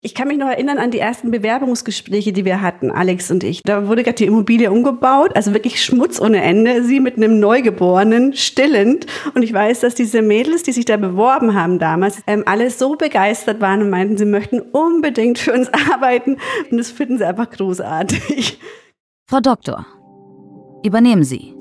Ich kann mich noch erinnern an die ersten Bewerbungsgespräche, die wir hatten, Alex und ich. Da wurde gerade die Immobilie umgebaut, also wirklich Schmutz ohne Ende. Sie mit einem Neugeborenen, stillend. Und ich weiß, dass diese Mädels, die sich da beworben haben damals, alle so begeistert waren und meinten, sie möchten unbedingt für uns arbeiten. Und das finden sie einfach großartig. Frau Doktor, übernehmen Sie.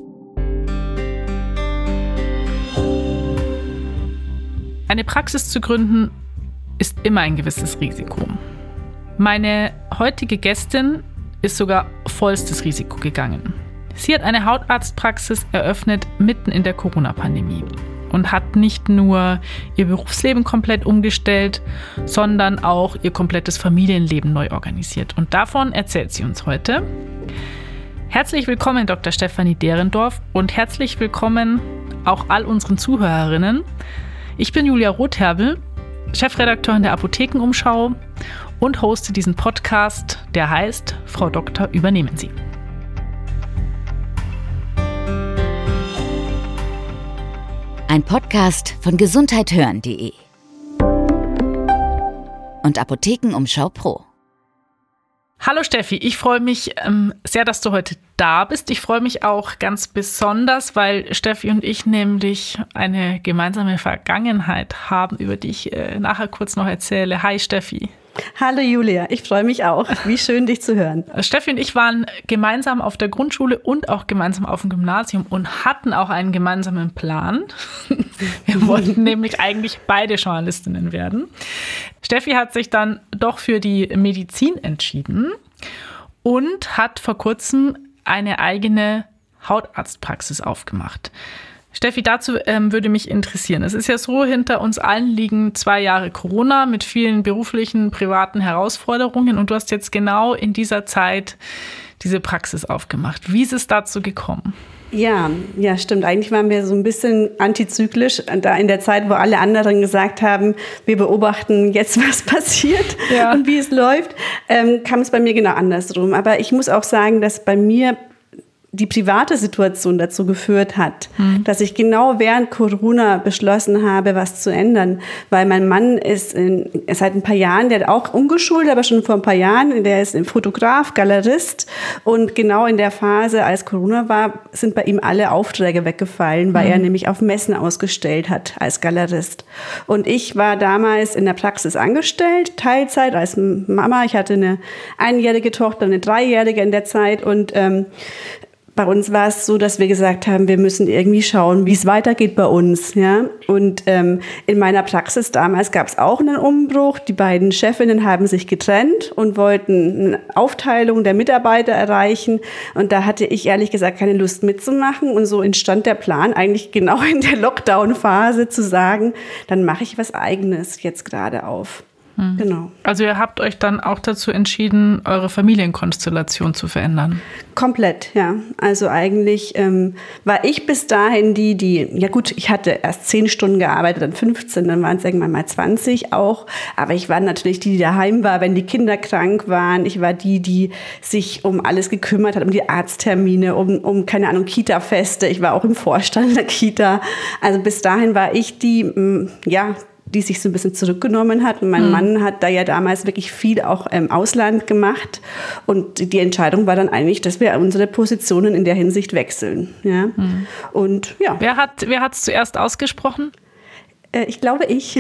Eine Praxis zu gründen ist immer ein gewisses Risiko. Meine heutige Gästin ist sogar vollstes Risiko gegangen. Sie hat eine Hautarztpraxis eröffnet mitten in der Corona-Pandemie und hat nicht nur ihr Berufsleben komplett umgestellt, sondern auch ihr komplettes Familienleben neu organisiert. Und davon erzählt sie uns heute. Herzlich willkommen, Dr. Stefanie Derendorf, und herzlich willkommen auch all unseren Zuhörerinnen. Ich bin Julia Rotherbel, Chefredakteurin der Apothekenumschau und hoste diesen Podcast, der heißt Frau Doktor, übernehmen Sie. Ein Podcast von gesundheithören.de und Apothekenumschau Pro. Hallo Steffi, ich freue mich sehr, dass du heute da bist. Ich freue mich auch ganz besonders, weil Steffi und ich nämlich eine gemeinsame Vergangenheit haben, über die ich nachher kurz noch erzähle. Hi Steffi. Hallo Julia, ich freue mich auch. Wie schön, dich zu hören. Steffi und ich waren gemeinsam auf der Grundschule und auch gemeinsam auf dem Gymnasium und hatten auch einen gemeinsamen Plan. Wir wollten nämlich eigentlich beide Journalistinnen werden. Steffi hat sich dann doch für die Medizin entschieden und hat vor kurzem eine eigene Hautarztpraxis aufgemacht. Steffi, dazu würde mich interessieren. Es ist ja so, hinter uns allen liegen 2 Jahre Corona mit vielen beruflichen, privaten Herausforderungen. Und du hast jetzt genau in dieser Zeit diese Praxis aufgemacht. Wie ist es dazu gekommen? Ja, stimmt. Eigentlich waren wir so ein bisschen antizyklisch. Da in der Zeit, wo alle anderen gesagt haben, wir beobachten jetzt, was passiert und wie es läuft, kam es bei mir genau andersrum. Aber ich muss auch sagen, dass bei mir die private Situation dazu geführt hat, dass ich genau während Corona beschlossen habe, was zu ändern. Weil mein Mann ist seit ein paar Jahren, der hat auch umgeschult, aber schon vor ein paar Jahren, der ist Fotograf, Galerist. Und genau in der Phase, als Corona war, sind bei ihm alle Aufträge weggefallen, weil er nämlich auf Messen ausgestellt hat als Galerist. Und ich war damals in der Praxis angestellt, Teilzeit als Mama. Ich hatte eine 1-jährige Tochter, eine 3-jährige in der Zeit und bei uns war es so, dass wir gesagt haben, wir müssen irgendwie schauen, wie es weitergeht bei uns. Ja? Und in meiner Praxis damals gab es auch einen Umbruch. Die beiden Chefinnen haben sich getrennt und wollten eine Aufteilung der Mitarbeiter erreichen. Und da hatte ich ehrlich gesagt keine Lust mitzumachen. Und so entstand der Plan, eigentlich genau in der Lockdown-Phase zu sagen, dann mache ich was Eigenes jetzt gerade auf. Genau. Also ihr habt euch dann auch dazu entschieden, eure Familienkonstellation zu verändern? Komplett, ja. Also eigentlich war ich bis dahin ich hatte erst 10 Stunden gearbeitet, dann 15, dann waren es irgendwann mal 20 auch. Aber ich war natürlich die daheim war, wenn die Kinder krank waren. Ich war die sich um alles gekümmert hat, um die Arzttermine, um keine Ahnung, Kita-Feste. Ich war auch im Vorstand der Kita. Also bis dahin war ich die sich so ein bisschen zurückgenommen hat. Und mein Mann hat da ja damals wirklich viel auch im Ausland gemacht. Und die Entscheidung war dann eigentlich, dass wir unsere Positionen in der Hinsicht wechseln. Ja? Und ja. Wer hat es zuerst ausgesprochen? Ich glaube, ich.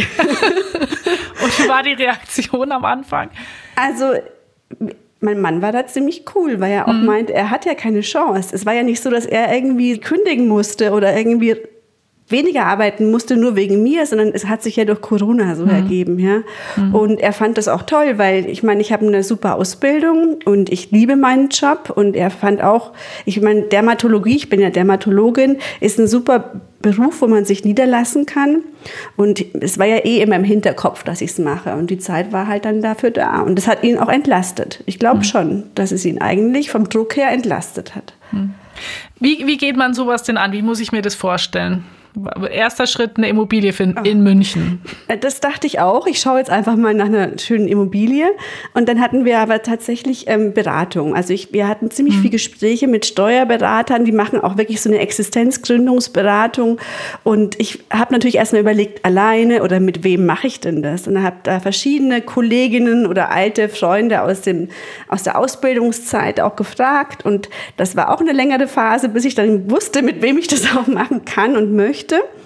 Und wie war die Reaktion am Anfang? Also mein Mann war da ziemlich cool, weil er auch meint, er hat ja keine Chance. Es war ja nicht so, dass er irgendwie kündigen musste oder irgendwie weniger arbeiten musste, nur wegen mir, sondern es hat sich ja durch Corona so ergeben. Ja? Und er fand das auch toll, weil ich meine, ich habe eine super Ausbildung und ich liebe meinen Job und er fand auch, ich meine, Dermatologie, ich bin ja Dermatologin, ist ein super Beruf, wo man sich niederlassen kann und es war ja immer im Hinterkopf, dass ich es mache und die Zeit war halt dann dafür da und das hat ihn auch entlastet. Ich glaube schon, dass es ihn eigentlich vom Druck her entlastet hat. Wie geht man sowas denn an? Wie muss ich mir das vorstellen? Erster Schritt, eine Immobilie finden in München. Das dachte ich auch. Ich schaue jetzt einfach mal nach einer schönen Immobilie. Und dann hatten wir aber tatsächlich Beratung. Also wir hatten ziemlich viele Gespräche mit Steuerberatern. Die machen auch wirklich so eine Existenzgründungsberatung. Und ich habe natürlich erstmal überlegt, alleine oder mit wem mache ich denn das? Und dann habe da verschiedene Kolleginnen oder alte Freunde aus der Ausbildungszeit auch gefragt. Und das war auch eine längere Phase, bis ich dann wusste, mit wem ich das auch machen kann und möchte.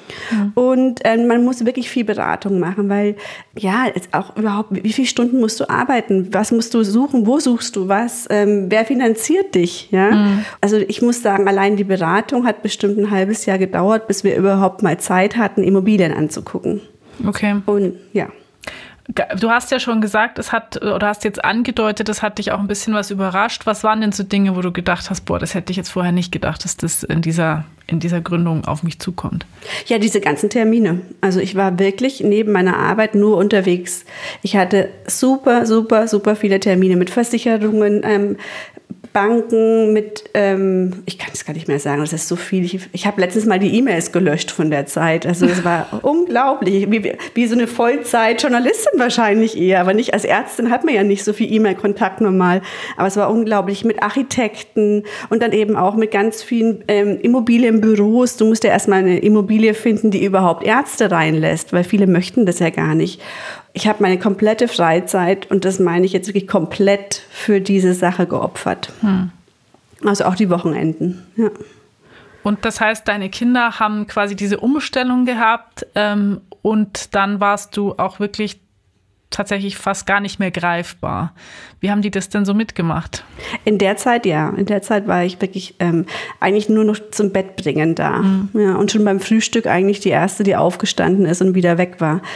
Und man muss wirklich viel Beratung machen, weil jetzt auch überhaupt, wie viele Stunden musst du arbeiten? Was musst du suchen? Wo suchst du was? Wer finanziert dich? Ja? Also ich muss sagen, allein die Beratung hat bestimmt ein halbes Jahr gedauert, bis wir überhaupt mal Zeit hatten, Immobilien anzugucken. Okay. Und ja. Du hast ja schon gesagt, hast jetzt angedeutet, das hat dich auch ein bisschen was überrascht. Was waren denn so Dinge, wo du gedacht hast, das hätte ich jetzt vorher nicht gedacht, dass das in dieser Gründung auf mich zukommt? Ja, diese ganzen Termine. Also ich war wirklich neben meiner Arbeit nur unterwegs. Ich hatte super, super, super viele Termine mit Versicherungen, Banken, mit, ich kann es gar nicht mehr sagen, das ist so viel. Ich habe letztens mal die E-Mails gelöscht von der Zeit. Also es war unglaublich, wie so eine Vollzeit-Journalistin wahrscheinlich eher. Aber nicht als Ärztin hat man ja nicht so viel E-Mail-Kontakt normal. Aber es war unglaublich mit Architekten und dann eben auch mit ganz vielen Immobilienbüros. Du musst ja erstmal eine Immobilie finden, die überhaupt Ärzte reinlässt, weil viele möchten das ja gar nicht. Ich habe meine komplette Freizeit, und das meine ich jetzt wirklich komplett, für diese Sache geopfert. Also auch die Wochenenden. Ja. Und das heißt, deine Kinder haben quasi diese Umstellung gehabt und dann warst du auch wirklich tatsächlich fast gar nicht mehr greifbar. Wie haben die das denn so mitgemacht? In der Zeit, ja. In der Zeit war ich wirklich eigentlich nur noch zum Bett bringen da. Ja, und schon beim Frühstück eigentlich die Erste, die aufgestanden ist und wieder weg war.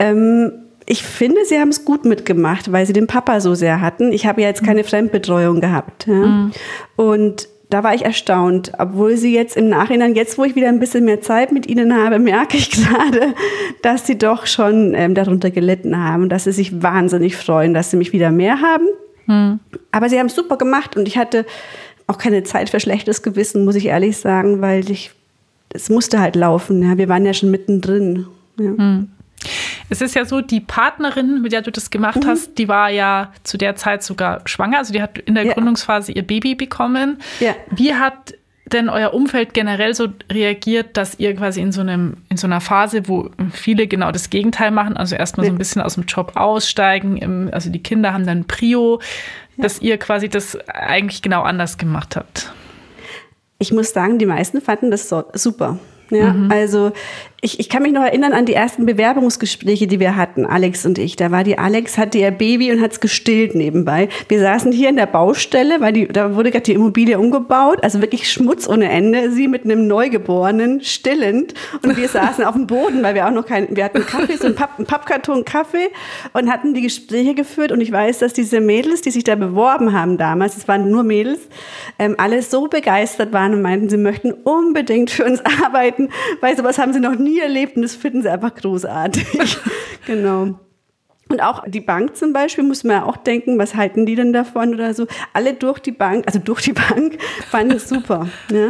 Ich finde, sie haben es gut mitgemacht, weil sie den Papa so sehr hatten. Ich habe ja jetzt keine Fremdbetreuung gehabt. Ja? Und da war ich erstaunt, obwohl sie jetzt im Nachhinein, jetzt wo ich wieder ein bisschen mehr Zeit mit ihnen habe, merke ich gerade, dass sie doch schon darunter gelitten haben und dass sie sich wahnsinnig freuen, dass sie mich wieder mehr haben. Aber sie haben es super gemacht und ich hatte auch keine Zeit für schlechtes Gewissen, muss ich ehrlich sagen, weil es musste halt laufen. Ja? Wir waren ja schon mittendrin. Ja. Es ist ja so, die Partnerin, mit der du das gemacht hast, die war ja zu der Zeit sogar schwanger. Also die hat in der Gründungsphase ihr Baby bekommen. Ja. Wie hat denn euer Umfeld generell so reagiert, dass ihr quasi in so einer Phase, wo viele genau das Gegenteil machen, also erstmal so ein bisschen aus dem Job aussteigen, also die Kinder haben dann Prio, dass ihr quasi das eigentlich genau anders gemacht habt? Ich muss sagen, die meisten fanden das super. Ja, also ich kann mich noch erinnern an die ersten Bewerbungsgespräche, die wir hatten, Alex und ich. Da war die Alex, hatte ihr Baby und hat es gestillt nebenbei. Wir saßen hier in der Baustelle, weil da wurde gerade die Immobilie umgebaut, also wirklich Schmutz ohne Ende. Sie mit einem Neugeborenen stillend und wir saßen auf dem Boden, weil wir auch noch wir hatten Kaffee, so einen Pappkarton Kaffee und hatten die Gespräche geführt. Und ich weiß, dass diese Mädels, die sich da beworben haben damals, es waren nur Mädels, alle so begeistert waren und meinten, sie möchten unbedingt für uns arbeiten, weil sowas haben sie noch nie erlebt und das finden sie einfach großartig. Genau. Und auch die Bank zum Beispiel, muss man ja auch denken, was halten die denn davon oder so. Alle durch die Bank fanden es super. Ja?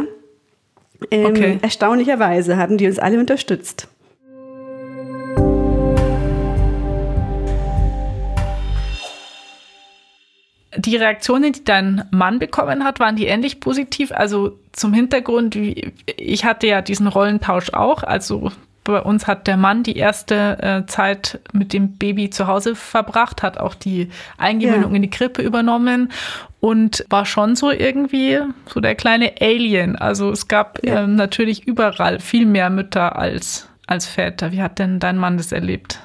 Okay. Erstaunlicherweise haben die uns alle unterstützt. Die Reaktionen, die dein Mann bekommen hat, waren die ähnlich positiv? Also zum Hintergrund, ich hatte ja diesen Rollentausch auch. Also bei uns hat der Mann die erste Zeit mit dem Baby zu Hause verbracht, hat auch die Eingewöhnung in die Krippe übernommen und war schon so irgendwie so der kleine Alien. Also es gab natürlich überall viel mehr Mütter als Väter. Wie hat denn dein Mann das erlebt?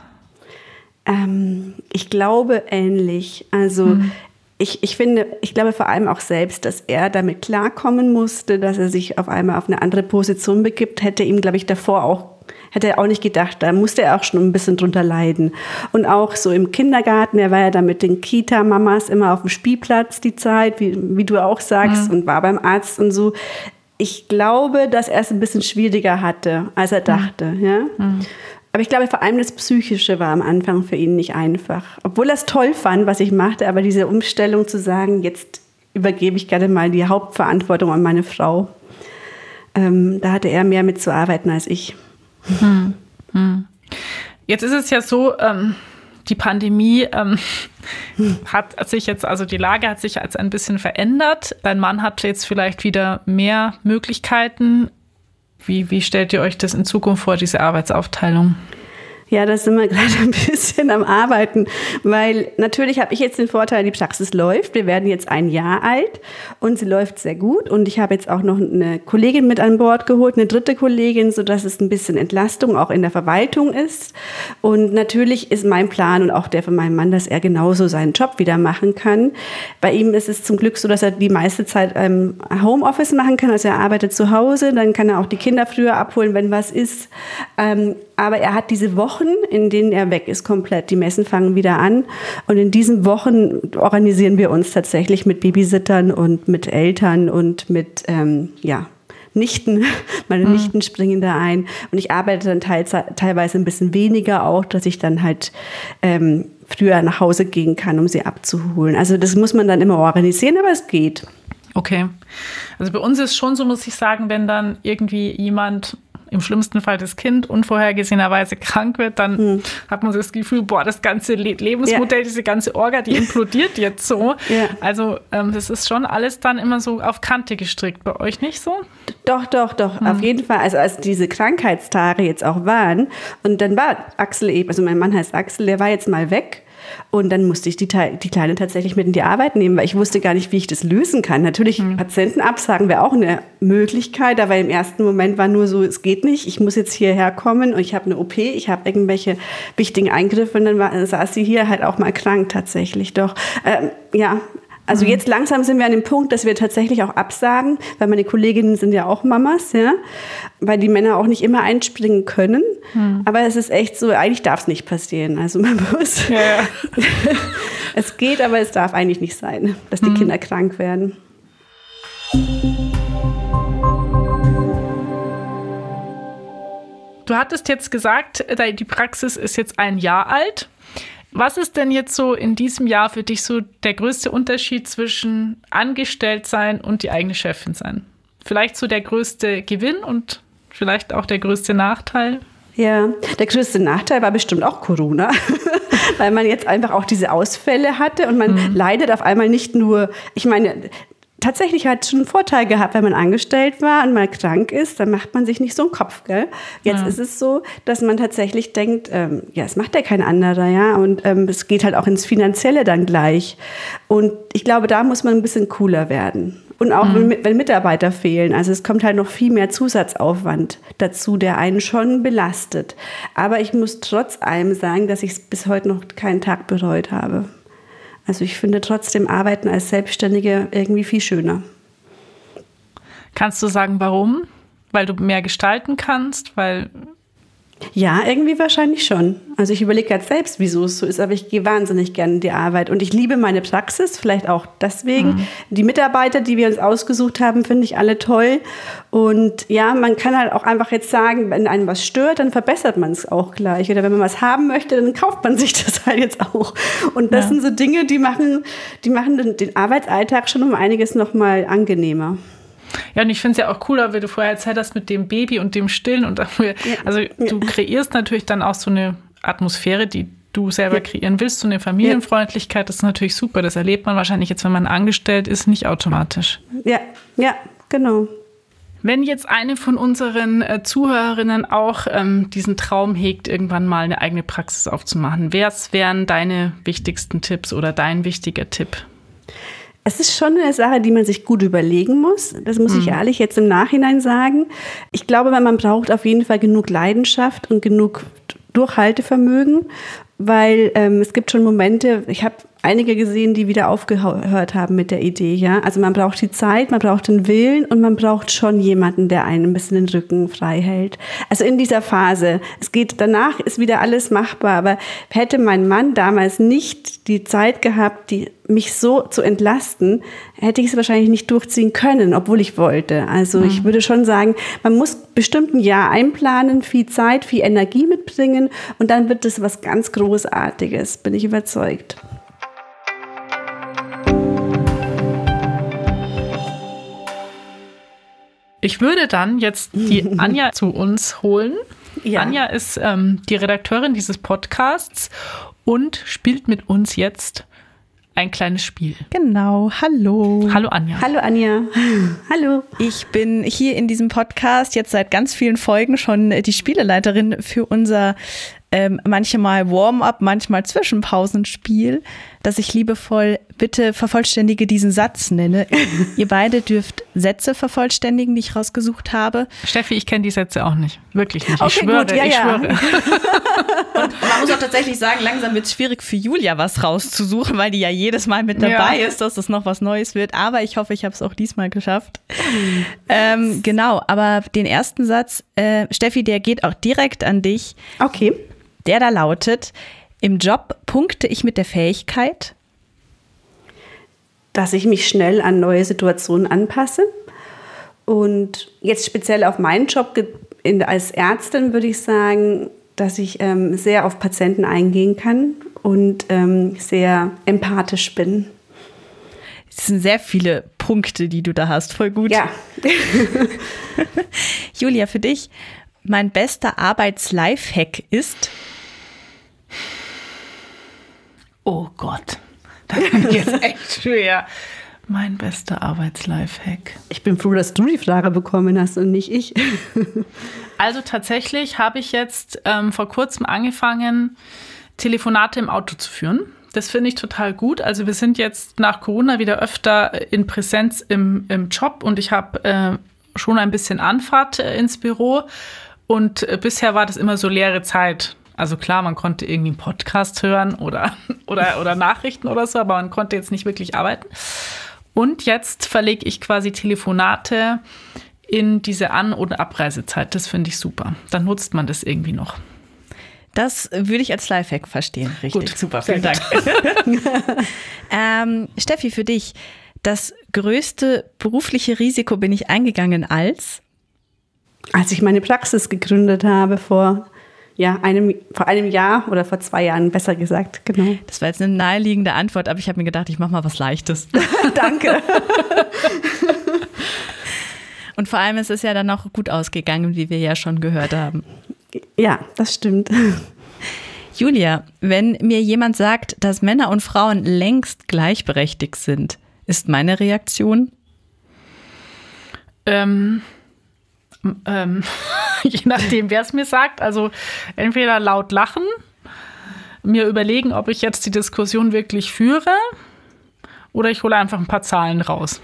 Ich glaube ähnlich. Also Ich glaube vor allem auch selbst, dass er damit klarkommen musste, dass er sich auf einmal auf eine andere Position begibt, hätte ihm, glaube ich, hätte er auch nicht gedacht. Da musste er auch schon ein bisschen drunter leiden. Und auch so im Kindergarten, er war ja da mit den Kita-Mamas immer auf dem Spielplatz die Zeit, wie du auch sagst, und war beim Arzt und so. Ich glaube, dass er es ein bisschen schwieriger hatte, als er dachte, ja. Aber ich glaube, vor allem das Psychische war am Anfang für ihn nicht einfach. Obwohl er es toll fand, was ich machte, aber diese Umstellung zu sagen, jetzt übergebe ich gerne mal die Hauptverantwortung an meine Frau, da hatte er mehr mitzuarbeiten als ich. Jetzt ist es ja so, die Pandemie hat sich jetzt, also die Lage hat sich jetzt ein bisschen verändert. Dein Mann hat jetzt vielleicht wieder mehr Möglichkeiten. Wie stellt ihr euch das in Zukunft vor, diese Arbeitsaufteilung? Ja, da sind wir gerade ein bisschen am Arbeiten, weil natürlich habe ich jetzt den Vorteil, die Praxis läuft. Wir werden jetzt 1 Jahr alt und sie läuft sehr gut. Und ich habe jetzt auch noch eine Kollegin mit an Bord geholt, eine 3. Kollegin, sodass es ein bisschen Entlastung auch in der Verwaltung ist. Und natürlich ist mein Plan und auch der von meinem Mann, dass er genauso seinen Job wieder machen kann. Bei ihm ist es zum Glück so, dass er die meiste Zeit Homeoffice machen kann. Also er arbeitet zu Hause, dann kann er auch die Kinder früher abholen, wenn was ist. Aber er hat diese Wochen, in denen er weg ist, komplett. Die Messen fangen wieder an. Und in diesen Wochen organisieren wir uns tatsächlich mit Babysittern und mit Eltern und mit Nichten. Meine Nichten springen da ein. Und ich arbeite dann teilweise ein bisschen weniger auch, dass ich dann halt früher nach Hause gehen kann, um sie abzuholen. Also das muss man dann immer organisieren, aber es geht. Okay. Also bei uns ist es schon so, muss ich sagen, wenn dann irgendwie jemand, im schlimmsten Fall das Kind, unvorhergesehenerweise krank wird, dann hat man so das Gefühl, das ganze Lebensmodell, diese ganze Orga, die implodiert jetzt so. Ja. Also das ist schon alles dann immer so auf Kante gestrickt. Bei euch nicht so? Doch, auf jeden Fall. Also als diese Krankheitstage jetzt auch waren und dann war Axel eben, also mein Mann heißt Axel, der war jetzt mal weg. Und dann musste ich die Kleine tatsächlich mit in die Arbeit nehmen, weil ich wusste gar nicht, wie ich das lösen kann. Natürlich, Patienten absagen wäre auch eine Möglichkeit, aber im ersten Moment war nur so, es geht nicht, ich muss jetzt hierher kommen und ich habe eine OP, ich habe irgendwelche wichtigen Eingriffe und dann saß sie hier halt auch mal krank tatsächlich. Doch, also jetzt langsam sind wir an dem Punkt, dass wir tatsächlich auch absagen, weil meine Kolleginnen sind ja auch Mamas, ja, weil die Männer auch nicht immer einspringen können. Aber es ist echt so, eigentlich darf es nicht passieren. Also man muss, es geht, aber es darf eigentlich nicht sein, dass die Kinder krank werden. Du hattest jetzt gesagt, die Praxis ist jetzt 1 Jahr alt. Was ist denn jetzt so in diesem Jahr für dich so der größte Unterschied zwischen angestellt sein und die eigene Chefin sein? Vielleicht so der größte Gewinn und vielleicht auch der größte Nachteil? Ja, der größte Nachteil war bestimmt auch Corona, weil man jetzt einfach auch diese Ausfälle hatte und man leidet auf einmal nicht nur, ich meine, tatsächlich hat es schon einen Vorteil gehabt, wenn man angestellt war und mal krank ist, dann macht man sich nicht so einen Kopf, gell? Jetzt ist es so, dass man tatsächlich denkt, es macht ja kein anderer, ja, und es geht halt auch ins Finanzielle dann gleich. Und ich glaube, da muss man ein bisschen cooler werden. Und auch wenn Mitarbeiter fehlen, also es kommt halt noch viel mehr Zusatzaufwand dazu, der einen schon belastet. Aber ich muss trotz allem sagen, dass ich es bis heute noch keinen Tag bereut habe. Also ich finde trotzdem Arbeiten als Selbstständige irgendwie viel schöner. Kannst du sagen, warum? Weil du mehr gestalten kannst? Ja, irgendwie wahrscheinlich schon. Also ich überlege gerade selbst, wieso es so ist, aber ich gehe wahnsinnig gerne in die Arbeit. Und ich liebe meine Praxis, vielleicht auch deswegen. Die Mitarbeiter, die wir uns ausgesucht haben, finde ich alle toll. Und ja, man kann halt auch einfach jetzt sagen, wenn einem was stört, dann verbessert man es auch gleich. Oder wenn man was haben möchte, dann kauft man sich das halt jetzt auch. Und das sind so Dinge, die machen den Arbeitsalltag schon um einiges nochmal angenehmer. Ja, und ich finde es ja auch cooler, wie du vorher erzählt hast mit dem Baby und dem Stillen. Und du kreierst natürlich dann auch so eine Atmosphäre, die du selber kreieren willst, so eine Familienfreundlichkeit. Das ist natürlich super. Das erlebt man wahrscheinlich jetzt, wenn man angestellt ist, nicht automatisch. Ja, genau. Wenn jetzt eine von unseren Zuhörerinnen auch diesen Traum hegt, irgendwann mal eine eigene Praxis aufzumachen, was wären deine wichtigsten Tipps oder dein wichtiger Tipp? Es ist schon eine Sache, die man sich gut überlegen muss. Das muss ich ehrlich jetzt im Nachhinein sagen. Ich glaube, man braucht auf jeden Fall genug Leidenschaft und genug Durchhaltevermögen, weil es gibt schon Momente, ich habe einige gesehen, die wieder aufgehört haben mit der Idee. Ja? Also man braucht die Zeit, man braucht den Willen und man braucht schon jemanden, der einen ein bisschen den Rücken frei hält. Also in dieser Phase. Danach ist wieder alles machbar, aber hätte mein Mann damals nicht die Zeit gehabt, mich so zu entlasten, hätte ich es wahrscheinlich nicht durchziehen können, obwohl ich wollte. Also ich würde schon sagen, man muss bestimmt ein Jahr einplanen, viel Zeit, viel Energie mitbringen und dann wird es was ganz Großartiges, bin ich überzeugt. Ich würde dann jetzt die Anja zu uns holen Ja. Anja ist die Redakteurin dieses Podcasts und spielt mit uns jetzt ein kleines Spiel. Genau, hallo. Hallo Anja. Hallo Anja. Hallo. Ich bin hier in diesem Podcast jetzt seit ganz vielen Folgen schon die Spieleleiterin für unser manchmal Warm-up, manchmal Zwischenpausenspiel, das ich liebevoll bitte vervollständige diesen Satz nenne. Ihr beide dürft Sätze vervollständigen, die ich rausgesucht habe. Steffi, ich kenne die Sätze auch nicht. Wirklich nicht. Okay, ich schwöre, gut, ja, ich ja. schwöre. Und man muss auch tatsächlich sagen, langsam wird es schwierig für Julia was rauszusuchen, weil die ja jedes Mal mit dabei ist, dass das noch was Neues wird. Aber ich hoffe, ich habe es auch diesmal geschafft. Genau, aber den ersten Satz, Steffi, der geht auch direkt an dich. Okay. Der da lautet: Im Job punkte ich mit der Fähigkeit, dass ich mich schnell an neue Situationen anpasse. Und jetzt speziell auf meinen Job als Ärztin würde ich sagen, dass ich sehr auf Patienten eingehen kann und sehr empathisch bin. Es sind sehr viele Punkte, die du da hast. Voll gut. Ja. Julia, für dich, mein bester Arbeits-Lifehack ist? Oh Gott, das ist jetzt echt schwer. Mein bester Arbeits-Lifehack. Ich bin froh, dass du die Frage bekommen hast und nicht ich. Also tatsächlich habe ich jetzt vor kurzem angefangen, Telefonate im Auto zu führen. Das finde ich total gut. Also wir sind jetzt nach Corona wieder öfter in Präsenz im Job und ich habe schon ein bisschen Anfahrt ins Büro. Und bisher war das immer so leere Zeit. Also klar, man konnte irgendwie einen Podcast hören oder Nachrichten oder so, aber man konnte jetzt nicht wirklich arbeiten. Und jetzt verlege ich quasi Telefonate in diese An- und Abreisezeit. Das finde ich super. Dann nutzt man das irgendwie noch. Das würde ich als Lifehack verstehen. Richtig, Gut, super, vielen Dank. Steffi, für dich, das größte berufliche Risiko bin ich eingegangen als ich meine Praxis gegründet habe vor einem Jahr oder vor 2 Jahren, besser gesagt, genau. Das war jetzt eine naheliegende Antwort, aber ich habe mir gedacht, ich mache mal was Leichtes. Danke. Und vor allem ist es ja dann auch gut ausgegangen, wie wir ja schon gehört haben. Ja, das stimmt. Julia, wenn mir jemand sagt, dass Männer und Frauen längst gleichberechtigt sind, ist meine Reaktion? Je nachdem, wer es mir sagt. Also entweder laut lachen, mir überlegen, ob ich jetzt die Diskussion wirklich führe, oder ich hole einfach ein paar Zahlen raus.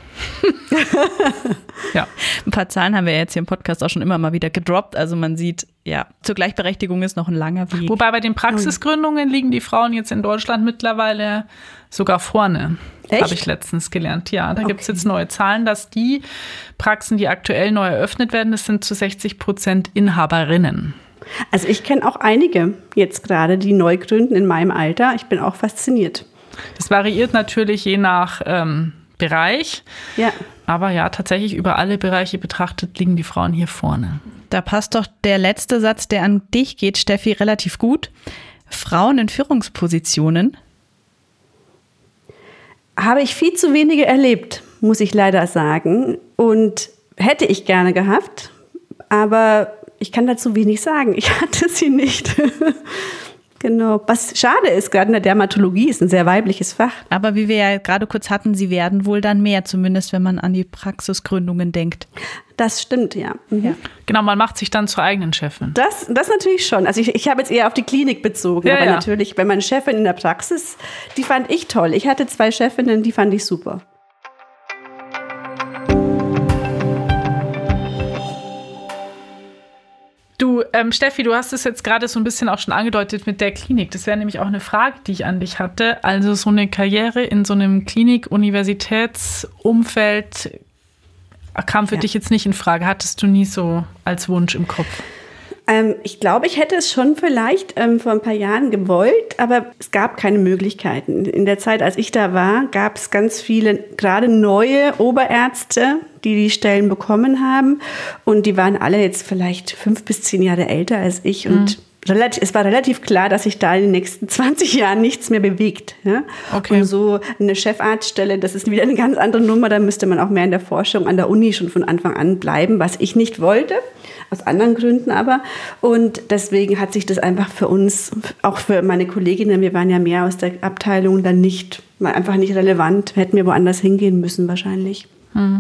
Ja. Ein paar Zahlen haben wir jetzt hier im Podcast auch schon immer mal wieder gedroppt. Also man sieht, ja, zur Gleichberechtigung ist noch ein langer Weg. Wobei bei den Praxisgründungen liegen die Frauen jetzt in Deutschland mittlerweile sogar vorne. Echt? Habe ich letztens gelernt. Ja, da gibt es jetzt neue Zahlen, dass die Praxen, die aktuell neu eröffnet werden, das sind zu 60% Inhaberinnen. Also ich kenne auch einige jetzt gerade, die neu gründen in meinem Alter. Ich bin auch fasziniert. Das variiert natürlich je nach Bereich. Ja. Aber ja, tatsächlich über alle Bereiche betrachtet liegen die Frauen hier vorne. Da passt doch der letzte Satz, der an dich geht, Steffi, relativ gut. Frauen in Führungspositionen. Habe ich viel zu wenige erlebt, muss ich leider sagen. Und hätte ich gerne gehabt, aber ich kann dazu wenig sagen. Ich hatte sie nicht. Genau. Was schade ist, gerade in der Dermatologie ist ein sehr weibliches Fach. Aber wie wir ja gerade kurz hatten, sie werden wohl dann mehr, zumindest wenn man an die Praxisgründungen denkt. Das stimmt, ja. Ja. Genau, man macht sich dann zur eigenen Chefin. Das natürlich schon. Also ich habe jetzt eher auf die Klinik bezogen. Ja, aber ja. natürlich, wenn meine Chefin in der Praxis, die fand ich toll. Ich hatte 2 Chefinnen, die fand ich super. Du, Steffi, du hast es jetzt gerade so ein bisschen auch schon angedeutet mit der Klinik. Das wäre nämlich auch eine Frage, die ich an dich hatte. Also so eine Karriere in so einem Klinik-Universitätsumfeld kam für dich jetzt nicht in Frage. Hattest du nie so als Wunsch im Kopf? Ich glaube, ich hätte es schon vielleicht vor ein paar Jahren gewollt, aber es gab keine Möglichkeiten. In der Zeit, als ich da war, gab es ganz viele, gerade neue Oberärzte, die Stellen bekommen haben. Und die waren alle jetzt vielleicht 5 bis 10 Jahre älter als ich. Und es war relativ klar, dass sich da in den nächsten 20 Jahren nichts mehr bewegt. Ja? Okay. Und so eine Chefarztstelle, das ist wieder eine ganz andere Nummer. Da müsste man auch mehr in der Forschung an der Uni schon von Anfang an bleiben, was ich nicht wollte. aus anderen Gründen aber. Und deswegen hat sich das einfach für uns, auch für meine Kolleginnen, wir waren ja mehr aus der Abteilung, dann einfach nicht relevant. Hätten wir woanders hingehen müssen wahrscheinlich.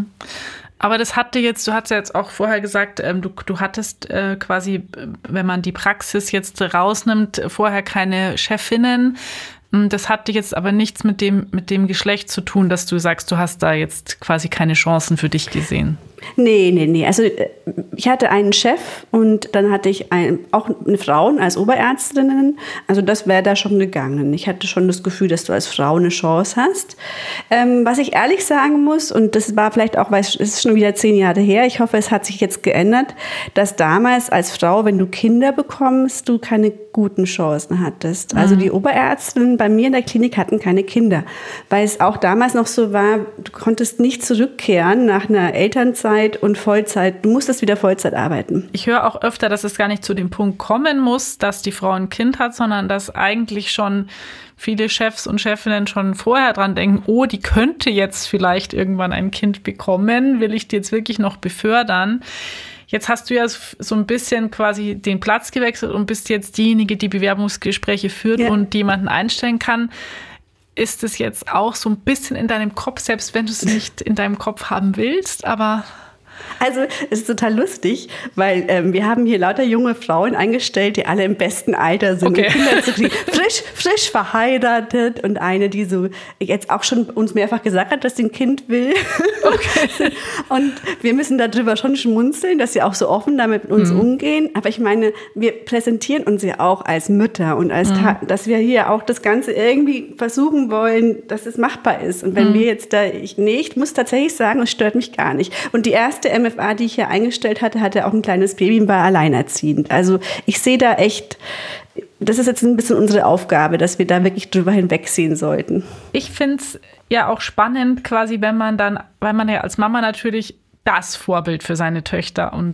Aber das hatte jetzt, du hast ja jetzt auch vorher gesagt, du hattest quasi, wenn man die Praxis jetzt rausnimmt, vorher keine Chefinnen. Das hatte jetzt aber nichts mit dem Geschlecht zu tun, dass du sagst, du hast da jetzt quasi keine Chancen für dich gesehen. Nee. Also ich hatte einen Chef und dann hatte ich auch eine Frauen als Oberärztinnen. Also das wäre da schon gegangen. Ich hatte schon das Gefühl, dass du als Frau eine Chance hast. Was ich ehrlich sagen muss, und das war vielleicht auch, weil es ist schon wieder 10 Jahre her, ich hoffe, es hat sich jetzt geändert, dass damals als Frau, wenn du Kinder bekommst, du keine guten Chancen hattest. Also die Oberärztinnen bei mir in der Klinik hatten keine Kinder, weil es auch damals noch so war, du konntest nicht zurückkehren nach einer Elternzeit und Vollzeit. Du musstest wieder Vollzeit arbeiten. Ich höre auch öfter, dass es gar nicht zu dem Punkt kommen muss, dass die Frau ein Kind hat, sondern dass eigentlich schon viele Chefs und Chefinnen schon vorher dran denken, oh, die könnte jetzt vielleicht irgendwann ein Kind bekommen, will ich die jetzt wirklich noch befördern? Jetzt hast du ja so ein bisschen quasi den Platz gewechselt und bist jetzt diejenige, die Bewerbungsgespräche führt und jemanden einstellen kann. Ist es jetzt auch so ein bisschen in deinem Kopf, selbst wenn du es nicht in deinem Kopf haben willst, aber... Also es ist total lustig, weil wir haben hier lauter junge Frauen eingestellt, die alle im besten Alter sind, okay. Um Kinder zu kriegen. Frisch verheiratet und eine, die so jetzt auch schon uns mehrfach gesagt hat, dass sie ein Kind will. Okay. Und wir müssen darüber schon schmunzeln, dass sie auch so offen damit mit uns umgehen. Aber ich meine, wir präsentieren uns ja auch als Mütter und als dass wir hier auch das Ganze irgendwie versuchen wollen, dass es machbar ist. Und wenn wir jetzt ich muss tatsächlich sagen, es stört mich gar nicht. Und die erste MFA, die ich hier eingestellt hatte auch ein kleines Baby und war alleinerziehend. Also ich sehe da echt, das ist jetzt ein bisschen unsere Aufgabe, dass wir da wirklich drüber hinwegsehen sollten. Ich finde es ja auch spannend, quasi, weil man ja als Mama natürlich das Vorbild für seine Töchter und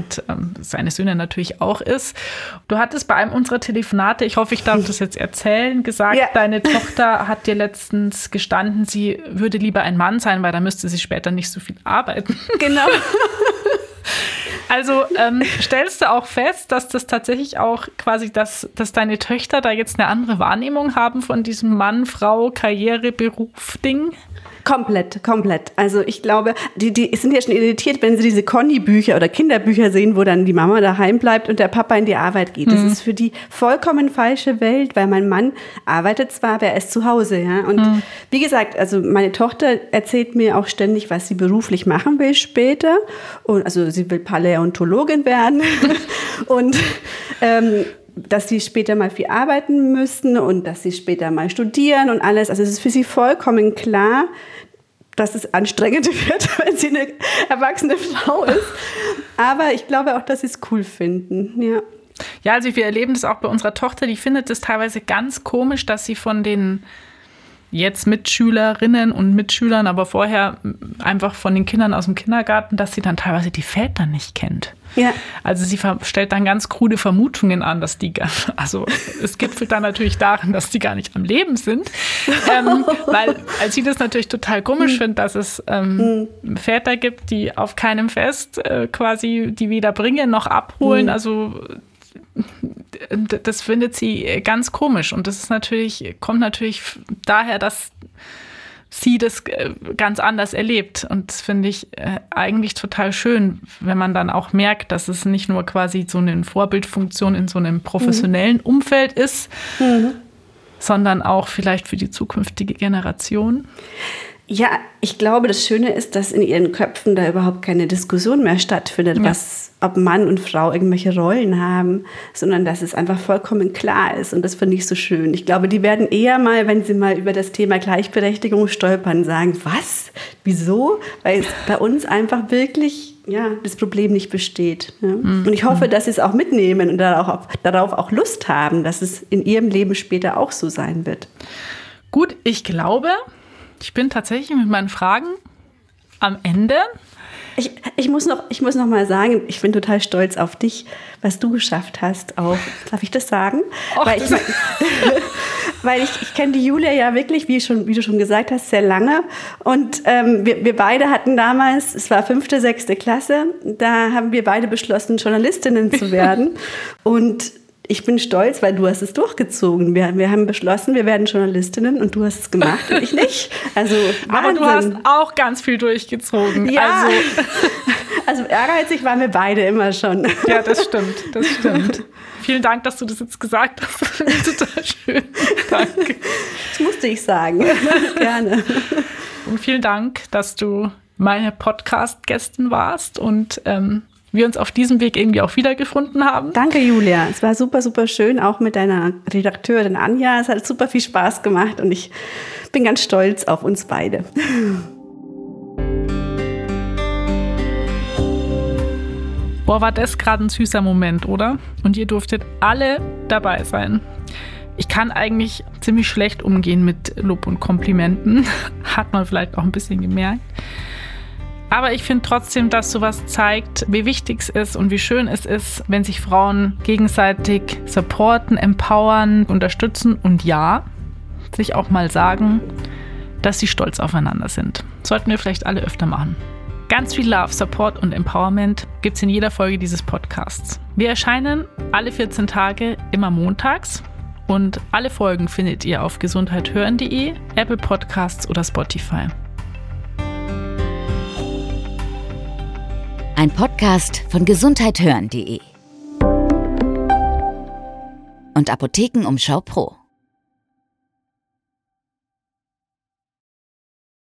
seine Söhne natürlich auch ist. Du hattest bei einem unserer Telefonate, ich hoffe, ich darf das jetzt erzählen, gesagt, deine Tochter hat dir letztens gestanden, sie würde lieber ein Mann sein, weil da müsste sie später nicht so viel arbeiten. Genau. Also stellst du auch fest, dass das tatsächlich auch quasi, dass deine Töchter da jetzt eine andere Wahrnehmung haben von diesem Mann, Frau, Karriere, Beruf-Ding? Komplett. Also ich glaube, die sind ja schon irritiert, wenn sie diese Conny-Bücher oder Kinderbücher sehen, wo dann die Mama daheim bleibt und der Papa in die Arbeit geht. Das ist für die vollkommen falsche Welt, weil mein Mann arbeitet zwar, aber er ist zu Hause. Ja? Und wie gesagt, also meine Tochter erzählt mir auch ständig, was sie beruflich machen will später. Und also sie will Paläontologin werden und dass sie später mal viel arbeiten müssen und dass sie später mal studieren und alles. Also es ist für sie vollkommen klar, dass es anstrengend wird, wenn sie eine erwachsene Frau ist. Aber ich glaube auch, dass sie es cool finden, ja. Ja, also wir erleben das auch bei unserer Tochter. Die findet es teilweise ganz komisch, dass sie von den jetzt Mitschülerinnen und Mitschülern, aber vorher einfach von den Kindern aus dem Kindergarten, dass sie dann teilweise die Väter nicht kennt. Ja. Also sie stellt dann ganz krude Vermutungen an, also es gipfelt dann natürlich darin, dass die gar nicht am Leben sind, weil sie das natürlich total komisch findet, dass es Väter gibt, die auf keinem Fest quasi die weder bringen noch abholen, also das findet sie ganz komisch und das kommt natürlich daher, dass sie das ganz anders erlebt und das finde ich eigentlich total schön, wenn man dann auch merkt, dass es nicht nur quasi so eine Vorbildfunktion in so einem professionellen Umfeld ist, sondern auch vielleicht für die zukünftige Generation. Ja, ich glaube, das Schöne ist, dass in ihren Köpfen da überhaupt keine Diskussion mehr stattfindet, ob Mann und Frau irgendwelche Rollen haben, sondern dass es einfach vollkommen klar ist. Und das finde ich so schön. Ich glaube, die werden eher mal, wenn sie mal über das Thema Gleichberechtigung stolpern, sagen, was? Wieso? Weil es bei uns einfach wirklich das Problem nicht besteht. Ja? Und ich hoffe, dass sie es auch mitnehmen und darauf auch Lust haben, dass es in ihrem Leben später auch so sein wird. Gut, ich glaube, ich bin tatsächlich mit meinen Fragen am Ende. Ich muss noch mal sagen, ich bin total stolz auf dich, was du geschafft hast. Auch, darf ich das sagen? Och, weil ich kenne die Julia ja wirklich, wie du schon gesagt hast, sehr lange. Und wir beide hatten damals, es war 5., 6. Klasse, da haben wir beide beschlossen, Journalistinnen zu werden. Und ich bin stolz, weil du hast es durchgezogen. Wir haben beschlossen, wir werden Journalistinnen und du hast es gemacht und ich nicht. Also aber du hast auch ganz viel durchgezogen. Ja, also ehrgeizig waren wir beide immer schon. Ja, das stimmt. Vielen Dank, dass du das jetzt gesagt hast. Das finde ich total schön. Danke. Das musste ich sagen. Gerne. Und vielen Dank, dass du meine Podcast-Gästin warst und wir uns auf diesem Weg irgendwie auch wiedergefunden haben. Danke, Julia. Es war super, super schön, auch mit deiner Redakteurin Anja. Es hat super viel Spaß gemacht und ich bin ganz stolz auf uns beide. Boah, war das gerade ein süßer Moment, oder? Und ihr durftet alle dabei sein. Ich kann eigentlich ziemlich schlecht umgehen mit Lob und Komplimenten. Hat man vielleicht auch ein bisschen gemerkt. Aber ich finde trotzdem, dass sowas zeigt, wie wichtig es ist und wie schön es ist, wenn sich Frauen gegenseitig supporten, empowern, unterstützen und ja, sich auch mal sagen, dass sie stolz aufeinander sind. Sollten wir vielleicht alle öfter machen. Ganz viel Love, Support und Empowerment gibt es in jeder Folge dieses Podcasts. Wir erscheinen alle 14 Tage, immer montags. Und alle Folgen findet ihr auf gesundheithören.de, Apple Podcasts oder Spotify. Ein Podcast von gesundheithören.de und Apothekenumschau Pro.